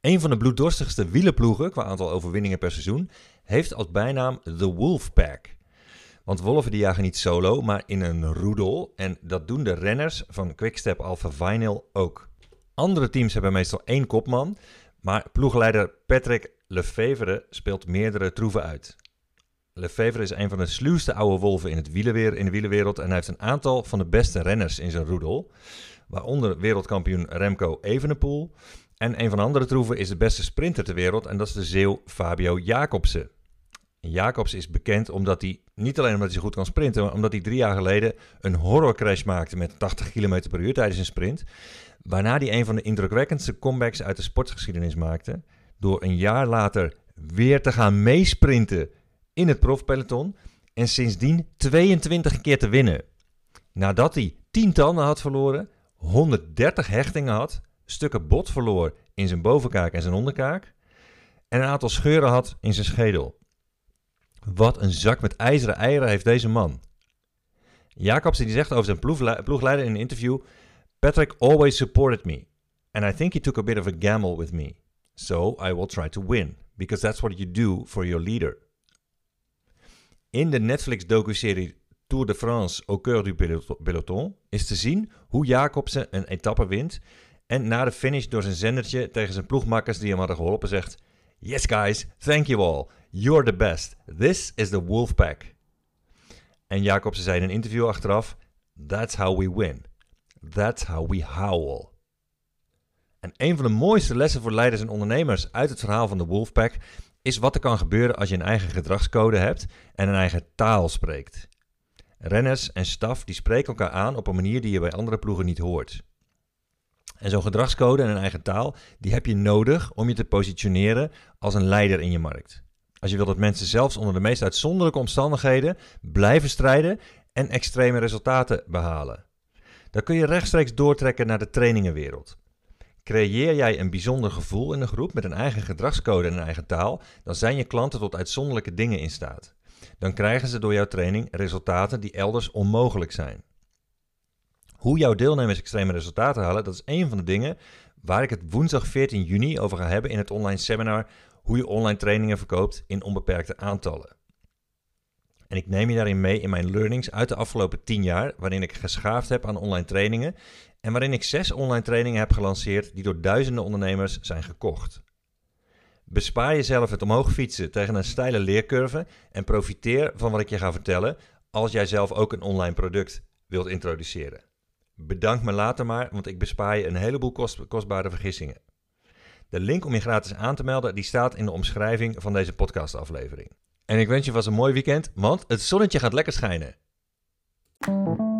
Een van de bloeddorstigste wielerploegen qua aantal overwinningen per seizoen heeft als bijnaam The Wolfpack. Want wolven die jagen niet solo, maar in een roedel. En dat doen de renners van Quickstep Alpha Vinyl ook. Andere teams hebben meestal 1 kopman, maar ploegleider Patrick Lefevere speelt meerdere troeven uit. Lefevere is een van de sluwste oude wolven in de wielerwereld en hij heeft een aantal van de beste renners in zijn roedel. Waaronder wereldkampioen Remco Evenepoel. En een van de andere troeven is de beste sprinter ter wereld en dat is de Zeeuw Fabio Jacobsen. Jacobsen is bekend niet alleen omdat hij goed kan sprinten, maar omdat hij 3 jaar geleden een horrorcrash maakte met 80 km per uur tijdens een sprint. Waarna hij een van de indrukwekkendste comebacks uit de sportgeschiedenis maakte. Door een jaar later weer te gaan meesprinten in het profpeloton. En sindsdien 22 keer te winnen. Nadat hij 10 tanden had verloren, 130 hechtingen had, stukken bot verloor in zijn bovenkaak en zijn onderkaak. En een aantal scheuren had in zijn schedel. Wat een zak met ijzeren eieren heeft deze man. Jacobsen die zegt over zijn ploegleider in een interview: Patrick always supported me. And I think he took a bit of a gamble with me. So I will try to win. Because that's what you do for your leader. In de Netflix docuserie Tour de France au cœur du peloton is te zien hoe Jacobsen een etappe wint. En na de finish door zijn zendertje tegen zijn ploegmakkers die hem hadden geholpen zegt: Yes guys, thank you all. You're the best. This is the Wolfpack. En Jacobsen zei in een interview achteraf: That's how we win. That's how we howl. En een van de mooiste lessen voor leiders en ondernemers uit het verhaal van de Wolfpack is wat er kan gebeuren als je een eigen gedragscode hebt en een eigen taal spreekt. Renners en staf die spreken elkaar aan op een manier die je bij andere ploegen niet hoort. En zo'n gedragscode en een eigen taal, die heb je nodig om je te positioneren als een leider in je markt. Als je wilt dat mensen zelfs onder de meest uitzonderlijke omstandigheden blijven strijden en extreme resultaten behalen. Dan kun je rechtstreeks doortrekken naar de trainingenwereld. Creëer jij een bijzonder gevoel in de groep met een eigen gedragscode en een eigen taal, dan zijn je klanten tot uitzonderlijke dingen in staat. Dan krijgen ze door jouw training resultaten die elders onmogelijk zijn. Hoe jouw deelnemers extreme resultaten halen, dat is een van de dingen waar ik het woensdag 14 juni over ga hebben in het online seminar Hoe je online trainingen verkoopt in onbeperkte aantallen. En ik neem je daarin mee in mijn learnings uit de afgelopen 10 jaar, waarin ik geschaafd heb aan online trainingen en waarin ik 6 online trainingen heb gelanceerd die door duizenden ondernemers zijn gekocht. Bespaar jezelf het omhoog fietsen tegen een steile leercurve en profiteer van wat ik je ga vertellen als jij zelf ook een online product wilt introduceren. Bedank me later maar, want ik bespaar je een heleboel kostbare vergissingen. De link om je gratis aan te melden, die staat in de omschrijving van deze podcastaflevering. En ik wens je vast een mooi weekend, want het zonnetje gaat lekker schijnen.